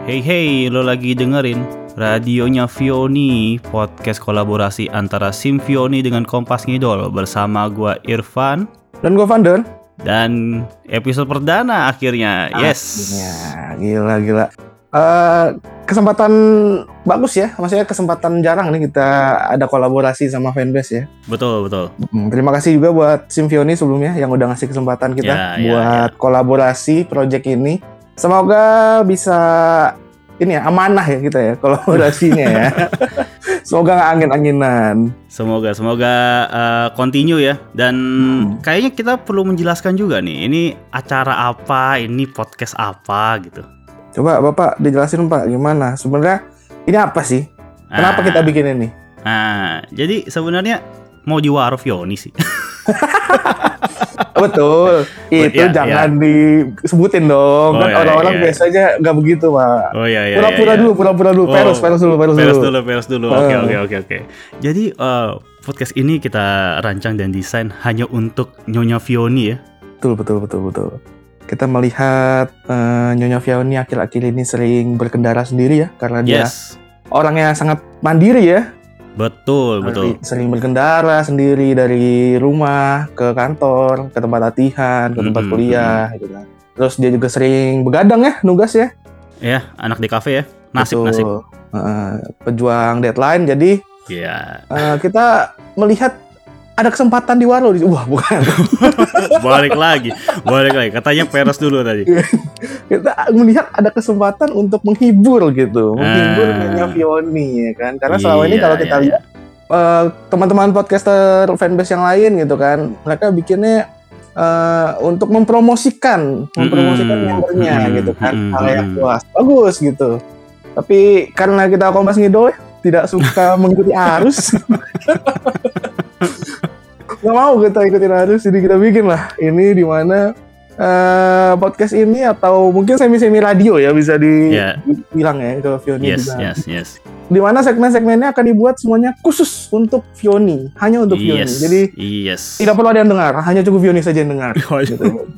Hey hey, lo lagi dengerin radionya Vioni, podcast kolaborasi antara Sim Vioni dengan Kompas Ngidol bersama gua Irfan dan gua Vander. Dan episode perdana akhirnya, yes. Gila. Kesempatan bagus ya, maksudnya kesempatan jarang nih kita ada kolaborasi sama fanbase ya. Betul. Terima kasih juga buat Sim Vioni sebelumnya yang udah ngasih kesempatan kita buat kolaborasi project ini. Semoga bisa ini ya, amanah ya kita ya kolaborasinya ya. Semoga nggak angin-anginan. Semoga continue ya. Dan kayaknya kita perlu menjelaskan juga nih, ini acara apa, ini podcast apa gitu. Coba Bapak dijelasin Pak, gimana sebenarnya ini apa sih? Kenapa kita bikin ini? Jadi sebenarnya mau di Waro Vioni sih. Betul, itu jangan disebutin dong. Kan orang-orang biasanya nggak begitu, Pak. Pura-pura dulu. Peres dulu. Oke. Jadi podcast ini kita rancang dan desain hanya untuk Nyonya Vioni ya. Betul. Kita melihat Nyonya Vioni akhir-akhir ini sering berkendara sendiri ya, karena dia orangnya sangat mandiri ya. Betul. Sering berkendara sendiri dari rumah ke kantor, ke tempat latihan, ke tempat kuliah gitu kan. Terus dia juga sering begadang ya, nugas ya. Ya, anak di kafe ya. Nasib. Pejuang deadline, jadi kita melihat ada kesempatan di Waro. Wah, bukan. Balik lagi. Katanya peres dulu tadi. Kita melihat ada kesempatan untuk menghibur gitu. Menghibur Nyonya Vioni ya kan. Karena selama ini kalau kita lihat teman-teman podcaster fanbase yang lain gitu kan, mereka bikinnya untuk mempromosikan membernya gitu kan. Hal yang puas. Bagus gitu. Tapi karena kita Kompas Ngidol tidak suka mengikuti arus. Gak mau kita ikutin arus, jadi kita bikin lah ini di mana podcast ini atau mungkin semi radio ya bisa dibilang ya ke Vioni juga. Yes. Di mana segmen-segmennya akan dibuat semuanya khusus untuk Vioni, hanya untuk Vioni. Jadi tidak perlu ada yang dengar, hanya cukup Vioni saja yang dengar. Gitu.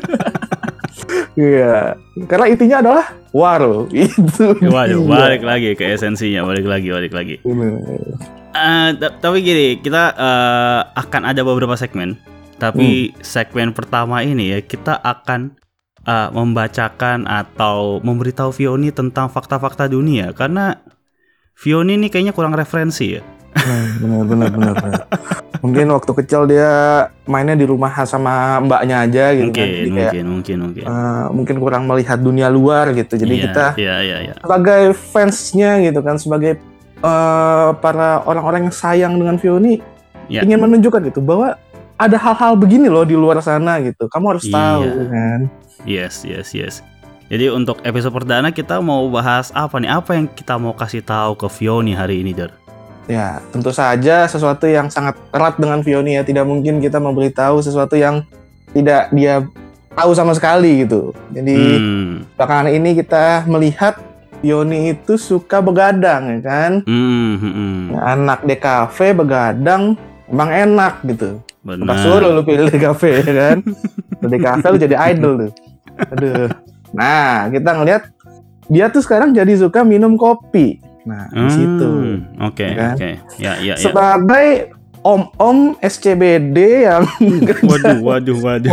Iya, karena intinya adalah Waro itu. Balik lagi ke esensinya, balik lagi. Tapi gini, kita akan ada beberapa segmen. Tapi segmen pertama ini ya kita akan membacakan atau memberitahu Vioni tentang fakta-fakta dunia. Karena Vioni ini kayaknya kurang referensi ya. Benar. Mungkin waktu kecil dia mainnya di rumah sama mbaknya aja gitu. Mungkin. Mungkin kurang melihat dunia luar gitu. Jadi kita sebagai fansnya gitu kan, sebagai para orang-orang yang sayang dengan Vioni ingin menunjukkan gitu bahwa ada hal-hal begini loh di luar sana gitu. Kamu harus tahu kan. Yes. Jadi untuk episode perdana kita mau bahas apa nih? Apa yang kita mau kasih tahu ke Vioni hari ini, Dar? Ya, tentu saja sesuatu yang sangat erat dengan Vioni ya. Tidak mungkin kita memberitahu sesuatu yang tidak dia tahu sama sekali gitu. Jadi belakangan ini kita melihat Vioni itu suka begadang ya kan. Anak DKV begadang emang enak gitu. Benar. Suruh lu pilih DKV ya kan. DKV lu jadi idol tuh. Aduh. Nah, kita ngelihat dia tuh sekarang jadi suka minum kopi. Nah, di situ. Oke. Ya. Sebagai om-om SCBD yang Waduh.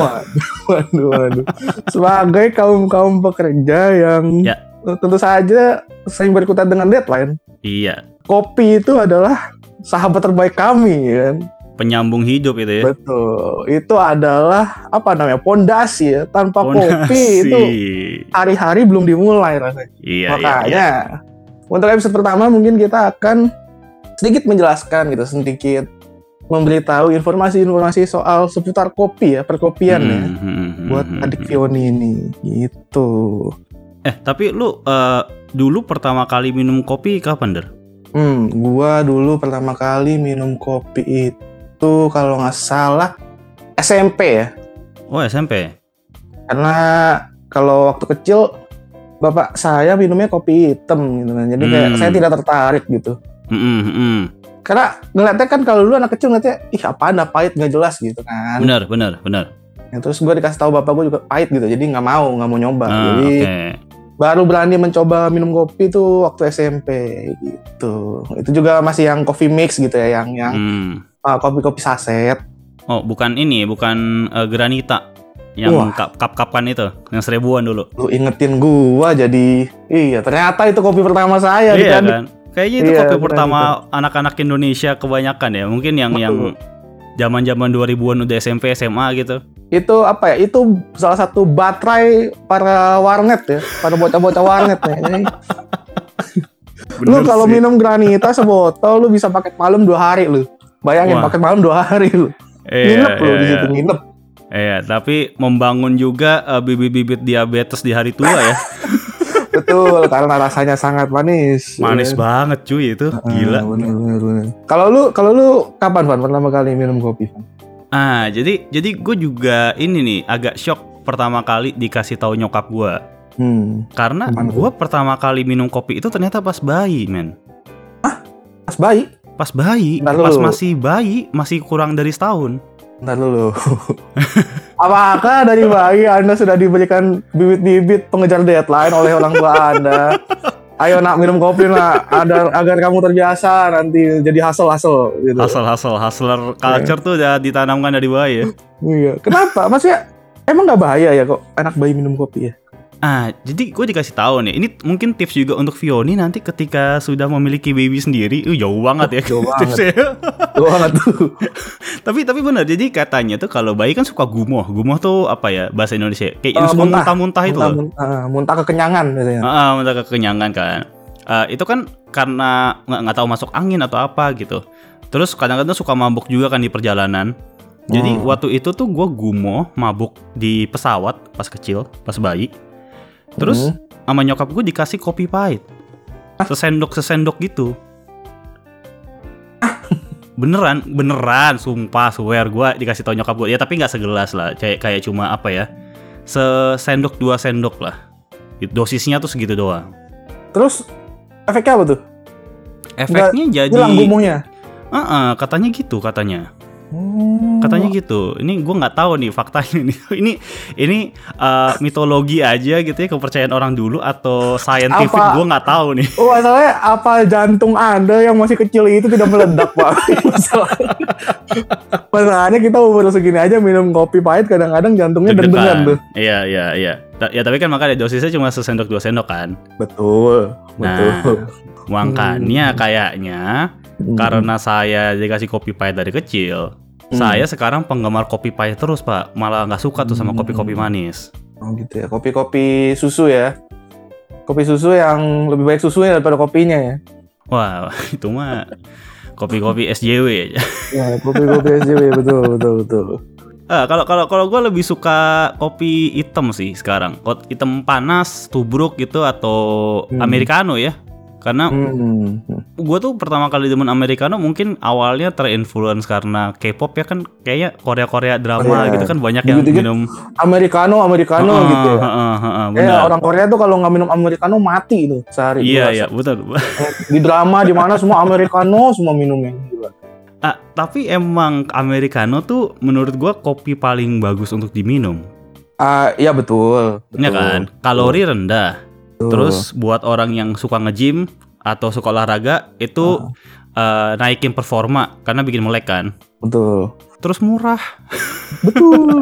Sebagai kaum pekerja yang tentu saja sering berkutat dengan deadline. Iya. Kopi itu adalah sahabat terbaik kami kan. Penyambung hidup itu ya. Betul. Itu adalah pondasi ya. Tanpa kopi itu hari-hari belum dimulai rasanya. Iya. Makanya untuk episode pertama mungkin kita akan sedikit menjelaskan gitu, sedikit memberitahu informasi soal seputar kopi ya, perkopian ya, buat adik Vioni ini gitu. Tapi lu dulu pertama kali minum kopi kapan, Der? Gua dulu pertama kali minum kopi itu kalau nggak salah SMP ya. Oh, SMP. Karena kalau waktu kecil bapak saya minumnya kopi hitam gitu kan. Jadi kayak saya tidak tertarik gitu. Karena ngeliatnya kan kalau dulu anak kecil ngeliatnya apaan dah pahit nggak jelas gitu kan. Benar. Ya, terus gue dikasih tahu bapak gue juga pahit gitu. Jadi nggak mau nyoba. Jadi baru berani mencoba minum kopi tuh waktu SMP gitu. Itu juga masih yang coffee mix gitu ya, yang kopi-kopi saset. Oh, bukan Granita yang cup-cupan itu, yang 1000-an dulu. Lu ingetin gua jadi, iya ternyata itu kopi pertama saya. Iya kan? Kayaknya itu kopi pertama anak-anak Indonesia kebanyakan ya. Mungkin yang zaman-zaman 2000-an udah SMP, SMA gitu. Itu apa ya? Itu salah satu baterai para warnet ya, para bocah-bocah warnet ya. Lu kalau minum Granita sebotol lu bisa pakai malam 2 hari lu. Bayangin pakai malam 2 hari lu. Nginep lu di situ, nginep. Iya, tapi membangun juga bibit-bibit diabetes di hari tua ya. Betul, karena rasanya sangat manis. Manis banget cuy itu, gila. Bener. Kalau lu kapan Van pertama kali minum kopi? Jadi gue juga ini nih agak shock pertama kali dikasih tahu nyokap gue. Karena gue pertama kali minum kopi itu ternyata pas bayi, men. Pas bayi? Pas bayi, pas masih bayi, masih kurang dari setahun. Bentar dulu. Apakah dari bayi Anda sudah diberikan bibit-bibit pengejar deadline oleh orang tua Anda? Ayo nak minum kopi nak, agar kamu terbiasa nanti jadi hustle gitu. Hustler culture tuh udah ditanamkan dari bayi ya. Iya. Kenapa? Maksudnya emang nggak bahaya ya kok anak bayi minum kopi ya? Jadi gue dikasih tahu nih. Ini mungkin tips juga untuk Vioni nanti ketika sudah memiliki baby sendiri. Jauh banget ya. Jauh banget tuh. Tapi benar. Jadi katanya tuh kalau bayi kan suka gumoh. Gumoh tuh apa ya bahasa Indonesia? Kayak suka muntah-muntah itu loh. Muntah kekenyangan biasanya. Muntah kekenyangan kan. Itu kan karena nggak tahu masuk angin atau apa gitu. Terus kadang-kadang suka mabuk juga kan di perjalanan. Jadi waktu itu tuh gue gumoh mabuk di pesawat pas kecil, pas bayi. Terus sama nyokap gue dikasih kopi pahit, sesendok gitu. Beneran, sumpah, swear gue dikasih tau nyokap gue. Ya tapi nggak segelas lah, kayak cuma apa ya, sesendok 2 sendok lah. Dosisnya tuh segitu doang. Terus efeknya apa tuh? Efeknya jadi hilang gumuhnya. Katanya gitu. Katanya gitu. Ini gue nggak tahu nih faktanya nih. Ini mitologi aja gitu ya, kepercayaan orang dulu atau scientific gue nggak tahu nih. Masalahnya apa jantung Anda yang masih kecil itu tidak meledak Pak? Masalahnya kita umur segini aja minum kopi pahit kadang-kadang jantungnya deg-degan tuh. Iya. Ya tapi kan makanya dosisnya cuma sesendok 2 sendok kan. Betul. Makanya kayaknya karena saya dikasih kopi pahit dari kecil, saya sekarang penggemar kopi pahit terus Pak. Malah nggak suka tuh sama kopi-kopi manis. Oh gitu ya, kopi-kopi susu ya. Kopi susu yang lebih baik susunya daripada kopinya ya. Wah, itu mah kopi-kopi SJW aja. Ya, kopi-kopi SJW betul. Kalau gue lebih suka kopi hitam sih sekarang. Kopi hitam panas, tubruk gitu atau americano ya. Karena gue tuh pertama kali demen americano mungkin awalnya terinfluence karena K-pop ya kan, kayaknya Korea drama gitu kan banyak yang minum americano gitu ya. Orang Korea tuh kalau nggak minum americano mati itu sehari. Iya betul. Di drama di mana semua americano semua minumnya. Tapi emang americano tuh menurut gue kopi paling bagus untuk diminum. Iya betul. Iya kan, kalori rendah. Terus buat orang yang suka nge-gym atau suka olahraga itu naikin performa karena bikin melek kan. Betul. Terus murah. Betul.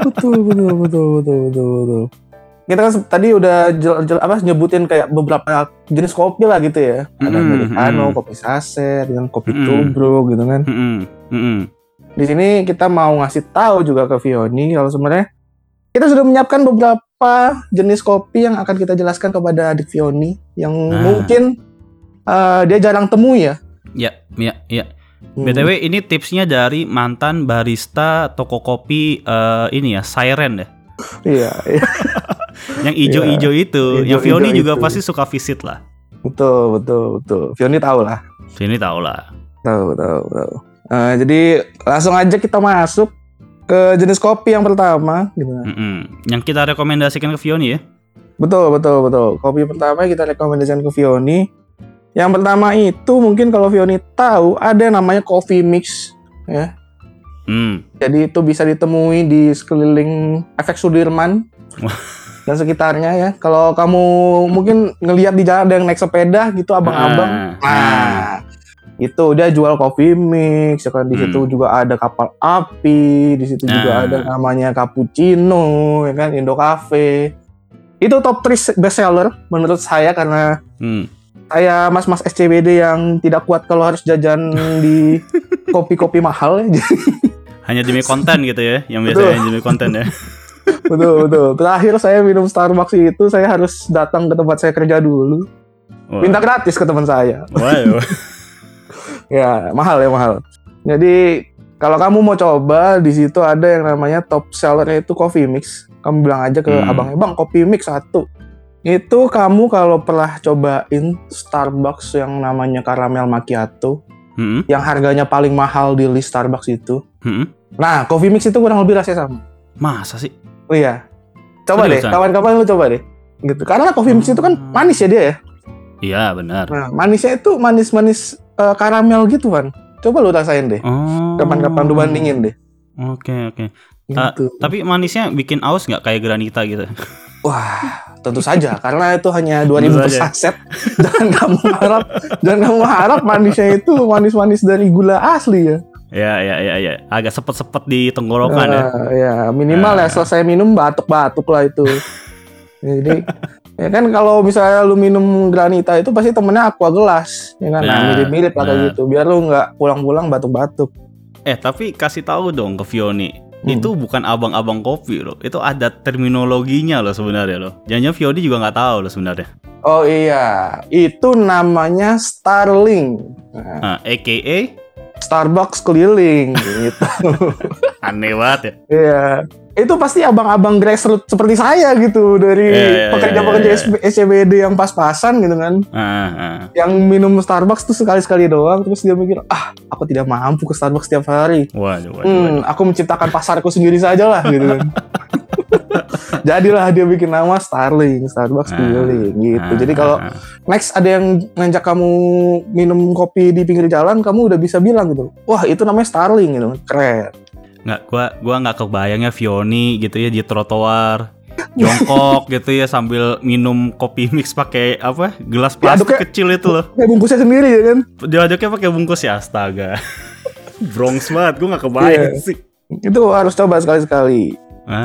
Kita kan tadi udah nyebutin kayak beberapa jenis kopi lah gitu ya. Ada americano, kopi saset, dengan kopi tubruk gitu kan. Di sini kita mau ngasih tahu juga ke Vioni kalau sebenarnya kita sudah menyiapkan beberapa jenis kopi yang akan kita jelaskan kepada adik Vioni yang mungkin dia jarang temui ya. Iya. BTW ini tipsnya dari mantan barista toko kopi ini ya, Siren ya. Iya. Yang ijo-ijo itu, yang Vioni juga pasti suka visit lah. Betul. Vioni tahu lah. Tahu. Jadi langsung aja kita masuk ke jenis kopi yang pertama gitu. Yang kita rekomendasikan ke Vioni ya. Betul. Kopi pertama kita rekomendasikan ke Vioni. Yang pertama itu mungkin kalau Vioni tahu ada namanya coffee mix ya. Jadi itu bisa ditemui di sekeliling Efek Sudirman. dan sekitarnya ya. Kalau kamu mungkin ngelihat di jalan ada yang naik sepeda gitu abang-abang. Nah, itu dia jual coffee mix. Ya kan di situ juga ada kapal api, di situ juga ada namanya cappuccino, ya kan Indo Cafe. Itu top 3 best seller menurut saya karena saya mas-mas SCBD yang tidak kuat kalau harus jajan di kopi-kopi mahal ya. Hanya demi konten gitu ya, yang biasanya demi konten ya. Betul. Terakhir saya minum Starbucks itu saya harus datang ke tempat saya kerja dulu. Minta gratis ke teman saya. Wow. Ya, mahal. Jadi kalau kamu mau coba di situ ada yang namanya top sellernya itu coffee mix. Kamu bilang aja ke abangnya, "Bang, coffee mix 1." Itu kamu kalau pernah cobain Starbucks yang namanya caramel macchiato, yang harganya paling mahal di list Starbucks itu. Nah, coffee mix itu kurang lebih rasanya sama. Masa sih? Oh iya. Coba deh, kawan-kawan lu coba deh. Gitu. Karena coffee mix itu kan manis ya dia ya. Iya, benar. Nah, manisnya itu manis-manis karamel gitu kan. Coba lu rasain deh. Kapan-kapan lu bandingin deh. Oke. Gitu. Tapi manisnya bikin aus nggak kayak granita gitu? Wah, tentu saja. Karena itu hanya 2.000 per saset. Jangan kamu harap manisnya itu manis-manis dari gula asli ya. Ya. Agak sepet-sepet di tenggorokan ya. Ya, minimal ya selesai minum batuk-batuk lah itu. Jadi ya kan kalau misalnya lu minum granita itu pasti temennya aqua gelas, ya kan? Nah, mirip-mirip lah kayak gitu. Biar lu nggak pulang-pulang batuk-batuk. Tapi kasih tahu dong ke Vioni. Itu bukan abang-abang kopi loh. Itu ada terminologinya loh sebenarnya loh. Jangan-jangan Vioni juga nggak tahu loh sebenarnya. Oh iya, itu namanya Starling. AKA Starbucks keliling gitu. Aneh banget ya. Iya. Itu pasti abang-abang grassroots seperti saya gitu dari pekerja-pekerja SCBD yang pas-pasan gitu kan. Yang minum Starbucks tuh sekali-sekali doang terus dia mikir, aku tidak mampu ke Starbucks setiap hari. Waduh. Aku menciptakan pasarku sendiri saja lah gitu kan. Jadilah dia bikin nama Starling, Starbucks keliling gitu. Jadi kalau next ada yang ngajak kamu minum kopi di pinggir jalan, kamu udah bisa bilang gitu, wah itu namanya Starling gitu, keren. Nggak, gua nggak kebayangnya Vioni gitu ya di trotoar jongkok gitu ya sambil minum kopi mix pakai apa gelas plastik kecil itu loh. Kayak bungkusnya sendiri ya kan? Diaduknya pakai bungkus ya, astaga. Bronx banget, gue nggak kebayang sih. Itu harus coba sekali-sekali.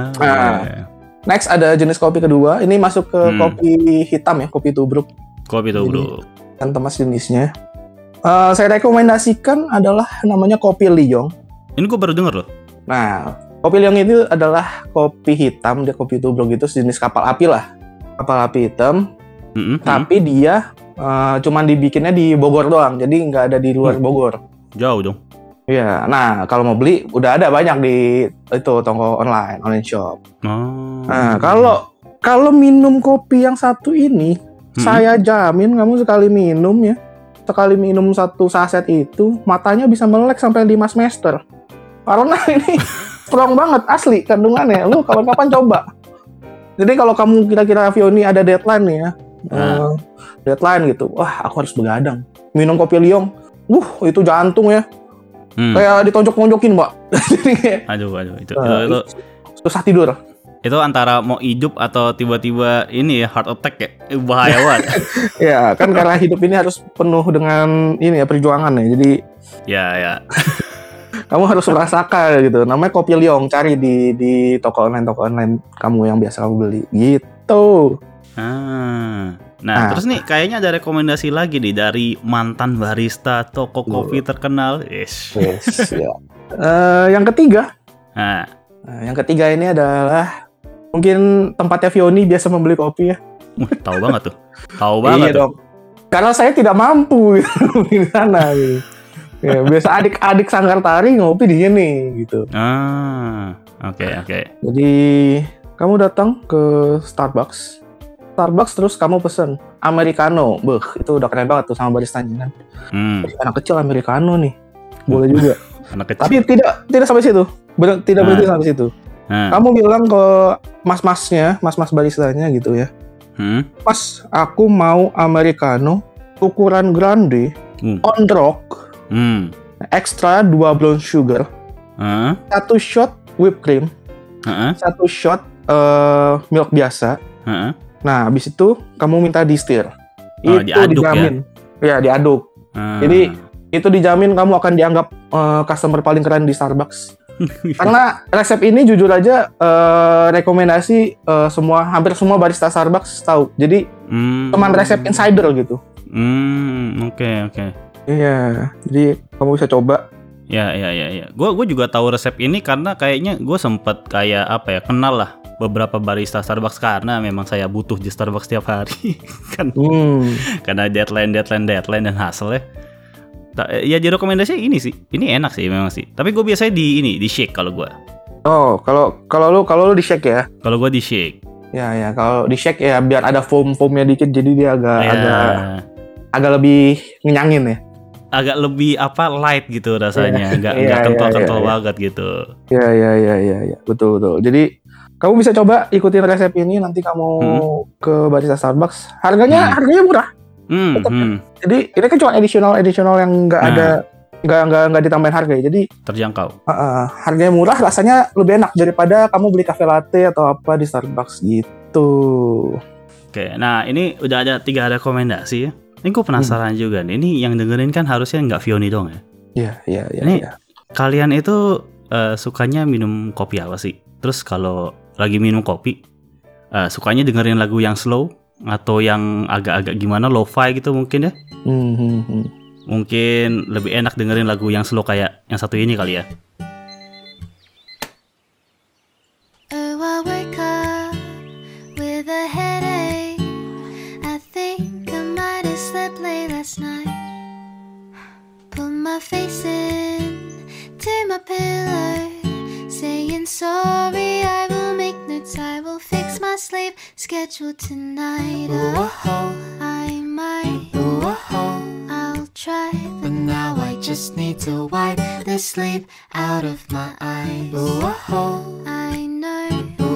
Next ada jenis kopi kedua. Ini masuk ke kopi hitam ya, kopi tubruk. Kopi tubruk. Dan temas jenisnya. Saya rekomendasikan adalah namanya kopi Liong. Ini gue baru denger loh. Nah, kopi Liong itu adalah kopi hitam, dia kopi tubruk itu jenis kapal api lah. Kapal api hitam. Tapi dia cuman dibikinnya di Bogor doang, jadi nggak ada di luar Bogor. Jauh dong. Iya, nah kalau mau beli udah ada banyak di itu toko online shop. Nah, kalau minum kopi yang satu ini, saya jamin kamu sekali minum satu saset itu, matanya bisa melek sampai 5 semester. Karena ini strong banget asli kandungannya. Lu kapan-kapan coba. Jadi kalau kamu kira-kira Vioni ada deadline nih ya, deadline gitu, wah aku harus begadang. Minum kopi Liong, itu jantung ya. Kayak ditonjok-tonjokin, Mbak. Aduh, itu susah tidur. Itu antara mau hidup atau tiba-tiba ini ya heart attack ya, bahaya banget. Ya, kan karena hidup ini harus penuh dengan ini ya perjuangan ya. Jadi ya. Kamu harus merasakan gitu. Namanya kopi Liong, cari di toko online kamu yang biasa kamu beli. Gitu. Nah, terus nih kayaknya ada rekomendasi lagi nih dari mantan barista toko kopi terkenal. Yes, ya. Yang ketiga. Yang ketiga ini adalah mungkin tempatnya Vioni biasa membeli kopi ya. Tahu banget tuh. Tahu banget. Iya dong. Karena saya tidak mampu di sana gitu. Ya, biasa adik-adik Sanggar Tari ngopi di sini gitu. Oke. Jadi kamu datang ke Starbucks terus kamu pesen americano. Itu udah keren banget tuh sama baristanya kan. Anak kecil americano nih. Boleh juga. Anak kecil. Tapi tidak sampai situ. Tidak berhenti sampai situ. Kamu bilang ke mas baristanya gitu ya. Mas, aku mau americano ukuran grande, on rock, extra 2 brown sugar, 1 shot whipped cream, 1 shot milk biasa, Nah, habis itu kamu minta di-stir. Oh, Itu diaduk dijamin. Ya, diaduk. Jadi itu dijamin kamu akan dianggap customer paling keren di Starbucks. Karena resep ini jujur aja rekomendasi hampir semua barista Starbucks tahu. Jadi teman resep insider gitu. Oke. Iya, jadi kamu bisa coba. Ya. Gue juga tahu resep ini karena kayaknya gue sempet kayak kenal lah beberapa barista Starbucks karena memang saya butuh di Starbucks setiap hari kan. Karena deadline dan hasil ya. Ya jadi rekomendasi ini sih. Ini enak sih memang sih. Tapi gue biasanya di shake kalau gue. Oh, kalau lu di shake ya? Kalau gue di shake. Ya, kalau di shake ya biar ada foamnya dikit jadi dia agak lebih ngenyangin ya. Agak lebih light gitu rasanya, enggak kental-kental banget gitu. Iya. Betul. Jadi kamu bisa coba ikutin resep ini nanti kamu ke barista Starbucks. Harganya murah. Jadi ini kan cuma additional yang nggak ditambahin harga ya. Jadi terjangkau. Harganya murah, rasanya lebih enak daripada kamu beli cafe latte atau apa di Starbucks gitu. Oke, nah ini udah ada 3 rekomendasi ya. Ini gue penasaran juga nih. Ini yang dengerin kan harusnya nggak Vioni dong ya? Iya. Ini kalian itu sukanya minum kopi apa sih? Terus kalau lagi minum kopi, sukanya dengerin lagu yang slow atau yang agak-agak gimana, lo-fi gitu mungkin ya? Mungkin lebih enak dengerin lagu yang slow kayak yang satu ini kali ya. Last night, put my face into my pillow, saying sorry. I will make notes, I will fix my sleep schedule tonight. I might, I'll try, but now I just need to wipe the sleep out of my eyes. I know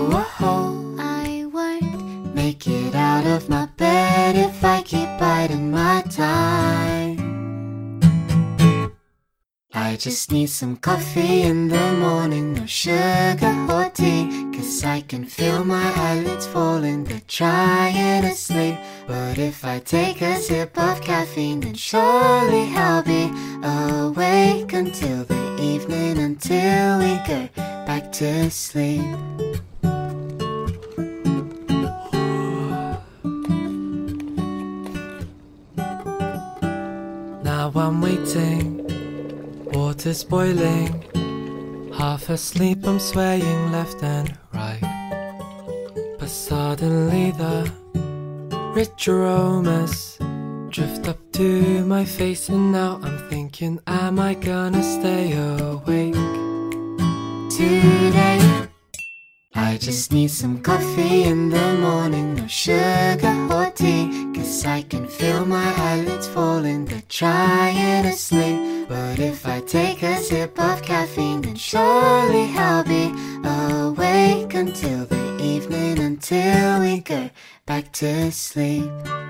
I won't make it out of my bed if I keep biding my time. I just need some coffee in the morning, no sugar or tea, 'cause I can feel my eyelids falling, they're trying to sleep. But if I take a sip of caffeine, then surely I'll be awake until the evening, until we go back to sleep. Now I'm waiting, water's boiling, half asleep I'm swaying left and right. But suddenly the rich aromas drift up to my face, and now I'm thinking, am I gonna stay awake today? I just need some coffee in the morning, no sugar or tea, 'cause I can feel my eyelids falling, they're trying to sleep. But if I take a sip of caffeine, then surely I'll be awake until the evening, until we go back to sleep.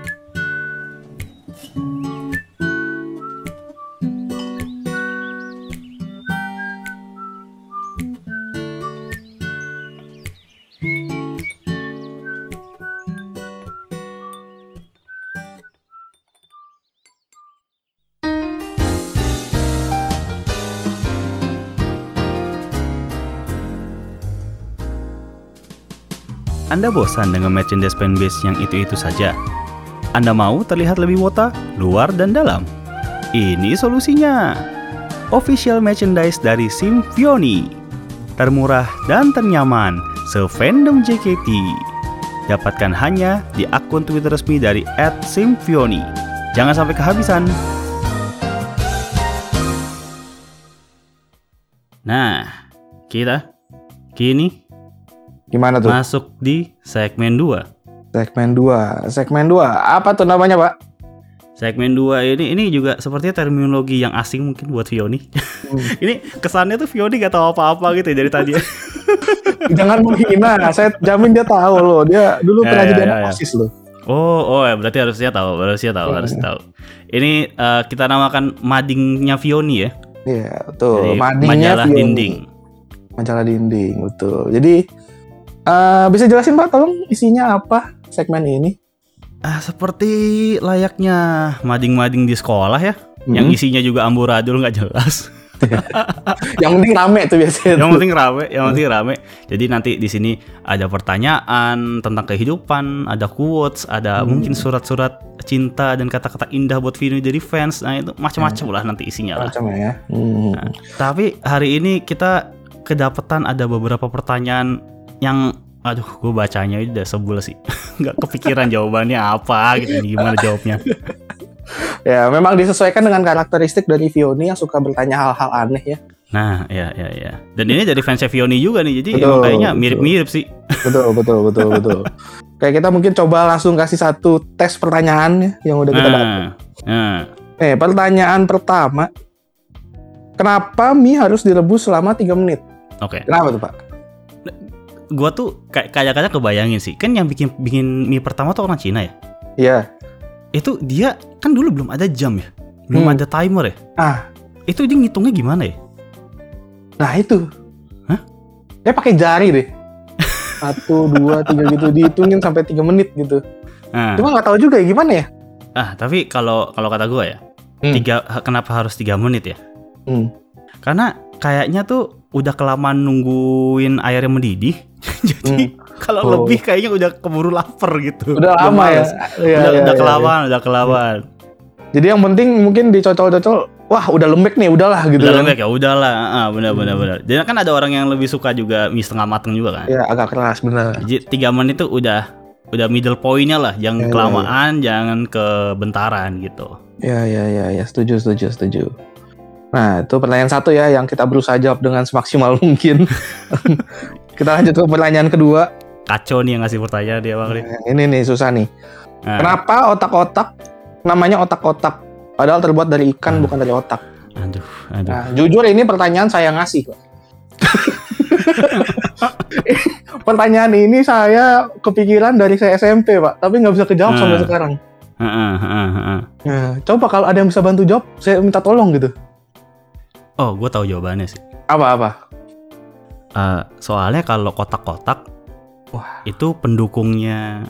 Anda bosan dengan merchandise fanbase yang itu-itu saja? Anda mau terlihat lebih wota, luar dan dalam? Ini solusinya. Official merchandise dari Symfiony. Termurah dan ternyaman, se-fandom JKT. Dapatkan hanya di akun Twitter resmi dari @Symfiony. Jangan sampai kehabisan. Nah, kita kini gimana tuh? Masuk di segmen 2. Segmen 2. Apa tuh namanya, Pak? Segmen 2 ini juga sepertinya terminologi yang asing mungkin buat Vioni. Ini kesannya tuh Vioni gak tahu apa-apa gitu ya dari tadi. Jangan menghina, saya jamin dia tahu loh. Dia dulu pernah jadi anak OSIS loh. Oh, berarti harusnya tahu. Ini kita namakan madingnya Vioni ya. Iya, betul. Madingnya majalah Vioni. dinding. Majalah dinding, betul. Jadi Bisa jelasin Pak, tolong isinya apa segmen ini? Seperti layaknya mading-mading di sekolah ya, yang isinya juga amburadul nggak jelas. Yang penting rame tuh biasanya. Yang penting rame. Jadi nanti di sini ada pertanyaan tentang kehidupan, ada quotes, ada mungkin surat-surat cinta dan kata-kata indah buat Vino dari fans. Nah itu macam-macam lah nanti isinya lah. Macam ya. Nah, tapi hari ini kita kedapetan ada beberapa pertanyaan yang gue bacanya udah sebel sih. Nggak kepikiran jawabannya apa gitu, gimana jawabnya. Ya, memang disesuaikan dengan karakteristik dari Vioni yang suka bertanya hal-hal aneh ya. Nah, ya. Dan ini dari fansnya Vioni juga nih, jadi emang kayaknya mirip-mirip sih. Betul. Kayak kita mungkin coba langsung kasih satu tes pertanyaan ya, yang udah kita dapat. Pertanyaan pertama. Kenapa mie harus direbus selama 3 menit? Oke. Kenapa tuh, Pak? Gua tuh kadang-kadang kebayangin sih, kan yang bikin mie pertama tuh orang Cina ya? Iya. Itu dia kan dulu belum ada jam ya, belum ada timer ya. Itu dia ngitungnya gimana ya? Nah itu. Hah? Dia pakai jari deh. 1, 2, 3 gitu, dihitungin sampai 3 menit gitu. Cuma nggak tahu juga ya gimana ya. Tapi kalau kata gue ya, kenapa harus 3 menit ya? Karena kayaknya tuh udah kelamaan nungguin airnya mendidih. Jadi kalau lebih kayaknya udah keburu lapar gitu. Udah lama ya. Udah kelamaan. Jadi yang penting mungkin dicocol-cocol. Wah, udah lembek nih, udahlah gitu. Udah lembek ya, udahlah. Benar. Jadi kan ada orang yang lebih suka juga mie setengah mateng juga kan. Iya, agak keras benar. Jadi 3 menit itu udah middle point-nya lah, jangan kelamaan, jangan kebentaran gitu. Ya, setuju. Nah, itu pertanyaan 1 ya yang kita berusaha jawab dengan semaksimal mungkin. Kita lanjut ke pertanyaan kedua. Kacau nih yang ngasih pertanyaan dia Bang. Ini nih susah nih. Kenapa otak-otak namanya otak-otak? Padahal terbuat dari ikan bukan dari otak. Aduh. Nah, jujur ini pertanyaan saya ngasih kok. Pertanyaan ini saya kepikiran dari saya SMP Pak, tapi nggak bisa kejawab sampai sekarang. Nah, coba kalau ada yang bisa bantu jawab, saya minta tolong gitu. Oh, gue tahu jawabannya sih. Apa? Soalnya kalau kotak-kotak, itu pendukungnya.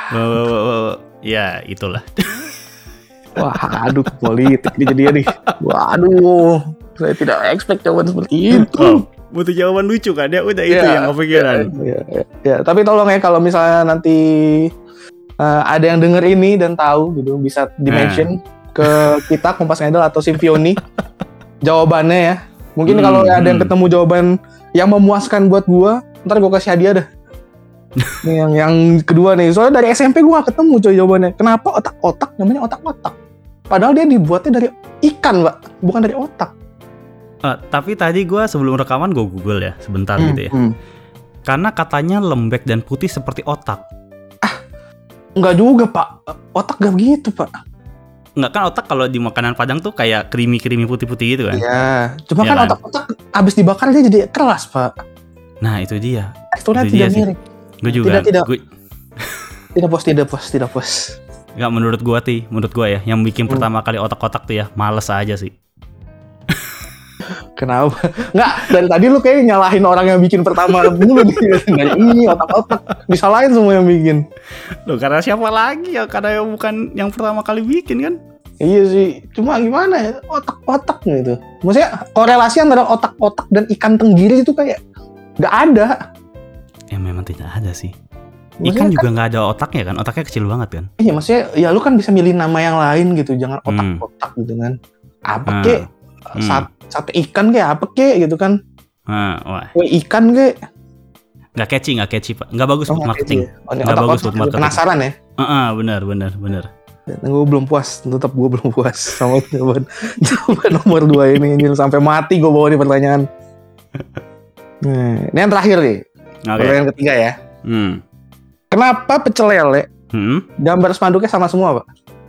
Ya itulah. Wah, aduh politik nih jadinya nih. Waduh, saya tidak expect jawaban seperti itu. Butuh jawaban lucu kan ya, udah itu yang kepikiran. Ya, tapi tolong ya kalau misalnya nanti ada yang denger ini dan tahu gitu, bisa di-mention ke kita Kompas Ngedel atau Simpioni jawabannya ya. Mungkin kalau ada yang ketemu jawaban yang memuaskan buat gua, ntar gua kasih hadiah dah. Nih yang kedua nih, soalnya dari SMP gua gak ketemu coy jawabannya. Kenapa otak-otak namanya otak-otak? Padahal dia dibuatnya dari ikan, Pak, bukan dari otak. Tapi tadi gue sebelum rekaman gue Google ya sebentar gitu ya. Karena katanya lembek dan putih seperti otak. Enggak juga Pak, otak gak begitu Pak. Enggak kan, otak kalau di makanan Padang tuh kayak creamy putih-putih gitu kan. Iya, cuma ya kan otak-otak abis dibakar dia jadi keras Pak. Nah itu dia. Teksturnya tidak mirip. Gue juga. Tidak puas. Enggak, menurut gue ya, yang bikin pertama kali otak-otak tuh ya males aja sih. Kenapa? Enggak, dari tadi lu kayak nyalahin orang yang bikin pertama dulu nih. Dari ini otak-otak disalahin semua yang bikin. Loh, karena siapa lagi ya? Karena yang bukan yang pertama kali bikin kan? Iya sih, cuma gimana ya, otak-otak gitu. Maksudnya korelasi antara otak-otak dan ikan tenggiri itu kayak nggak ada. Ya memang tidak ada sih. Ikan juga nggak ada otaknya kan? Otaknya kecil banget kan? Iya, maksudnya ya lu kan bisa milih nama yang lain gitu, jangan otak-otak gitu kan. Apa kek? Sate ikan kayak apa kek gitu kan? Kue ikan kek? Nggak catchy Pak. Nggak bagus buat marketing. Nggak bagus buat marketing. Penasaran ya? Benar. Gue belum puas, tetap gue belum puas sama jawaban nomor 2 ini. Sampai mati gue bawa nih pertanyaan. Nah, ini yang terakhir nih. Pertanyaan ketiga ya. Kenapa pecel lele gambar spanduknya sama semua, Pak?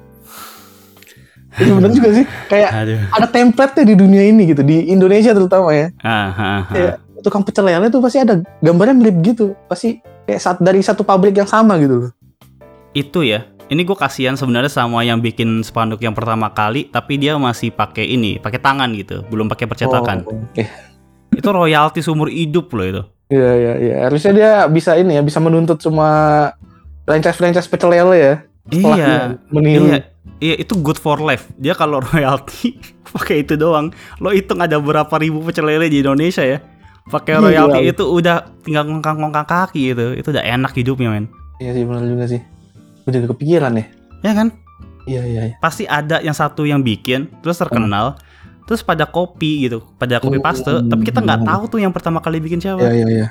Itu bener juga sih. Kayak ada template-nya di dunia ini gitu, di Indonesia terutama ya. Kayak tukang pecel lele tuh pasti ada gambarnya mirip gitu. Pasti kayak dari satu pabrik yang sama gitu loh. Itu ya. Ini gue kasihan sebenarnya sama yang bikin spanduk yang pertama kali, tapi dia masih pakai tangan gitu, belum pakai percetakan. Itu royalti seumur hidup loh itu. Iya. Harusnya dia bisa ini ya, bisa menuntut semua franchise pecel lele ya. Iya. Meniru. Iya, itu good for life. Dia kalau royalti pakai itu doang. Lo hitung ada berapa ribu pecel lele di Indonesia ya. Pakai royalti itu udah tinggal ngongkang kaki gitu. Itu udah enak hidupnya, men. Iya sih, benar juga sih. Gue juga kepikiran ya. Ya kan? Iya. Pasti ada yang satu yang bikin, terus terkenal, terus pada copy gitu, pada copy paste. Tapi kita nggak tahu tuh yang pertama kali bikin siapa.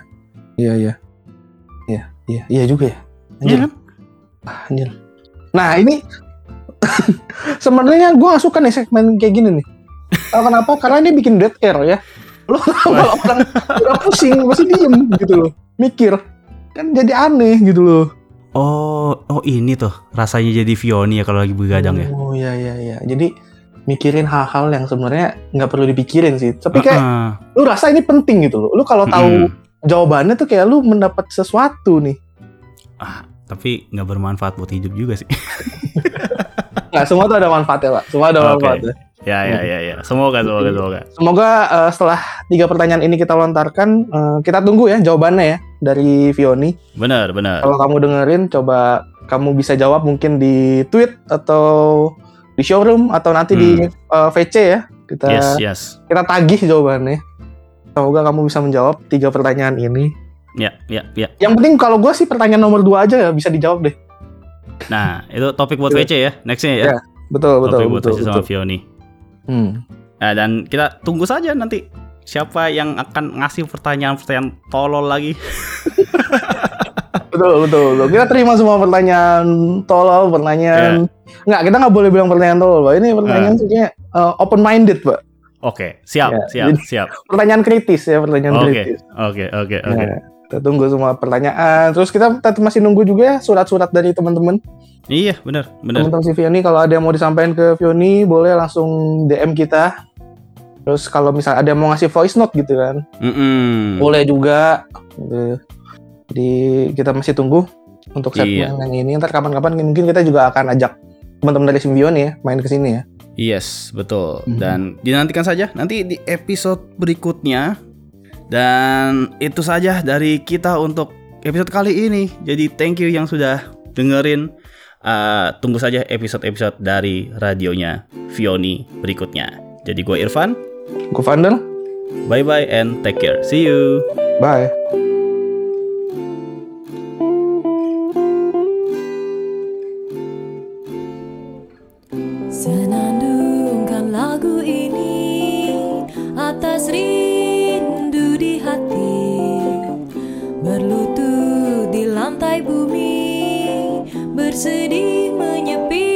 Iya juga ya. Iya kan? Anjir. Nah ini sebenarnya gue gak suka nih segmen kayak gini nih. Tahu kenapa? Karena ini bikin dead air ya. Lo kalau orang udah pusing pasti diem gitu loh, mikir kan jadi aneh gitu loh. Oh ini tuh rasanya jadi Vioni ya kalau lagi begadang ya. Oh iya. Jadi mikirin hal-hal yang sebenarnya nggak perlu dipikirin sih. Tapi kayak lu rasa ini penting gitu loh. Lu kalau tahu jawabannya tuh kayak lu mendapat sesuatu nih. Tapi nggak bermanfaat buat hidup juga sih. Nggak, semua tuh ada manfaatnya, Pak. Semua ada manfaatnya. Ya. Semoga. Semoga setelah 3 pertanyaan ini kita lontarkan, kita tunggu ya jawabannya ya dari Vioni. Benar. Kalau kamu dengerin, coba kamu bisa jawab mungkin di tweet atau di showroom atau nanti di VC ya. Kita tagih jawabannya. Semoga kamu bisa menjawab 3 pertanyaan ini. Ya. Yang penting kalau gue sih pertanyaan nomor 2 aja ya bisa dijawab deh. Nah, itu topik buat VC ya, nextnya ya. Betul. Topik buat VC sama Vioni. Nah, dan kita tunggu saja nanti siapa yang akan ngasih pertanyaan-pertanyaan tolol lagi. Betul. Kita terima semua pertanyaan tolol, pertanyaan. Nggak, kita nggak boleh bilang pertanyaan tolol, Pak. Ini pertanyaan sebenarnya open minded, Pak. Oke, siap. Pertanyaan kritis ya, kritis. Oke. Kita tunggu semua pertanyaan. Terus kita masih nunggu juga ya surat-surat dari teman-teman. Iya, benar. Teman-teman si Vioni, kalau ada yang mau disampaikan ke Vioni, boleh langsung DM kita. Terus kalau misalnya ada yang mau ngasih voice note gitu kan, boleh juga. Jadi kita masih tunggu untuk segmen yang ini. Ntar kapan-kapan mungkin kita juga akan ajak teman-teman dari Vioni ya main ke sini ya. Yes, betul. Dan dinantikan saja nanti di episode berikutnya. Dan itu saja dari kita untuk episode kali ini. Jadi thank you yang sudah dengerin. Tunggu saja episode-episode dari radionya Vioni berikutnya. Jadi gue Irfan, gue Vandal. Bye and take care. See you. Bye. Senandungkan lagu ini atas rindu di hati, berlutut di lantai bumi, bersedih menyepi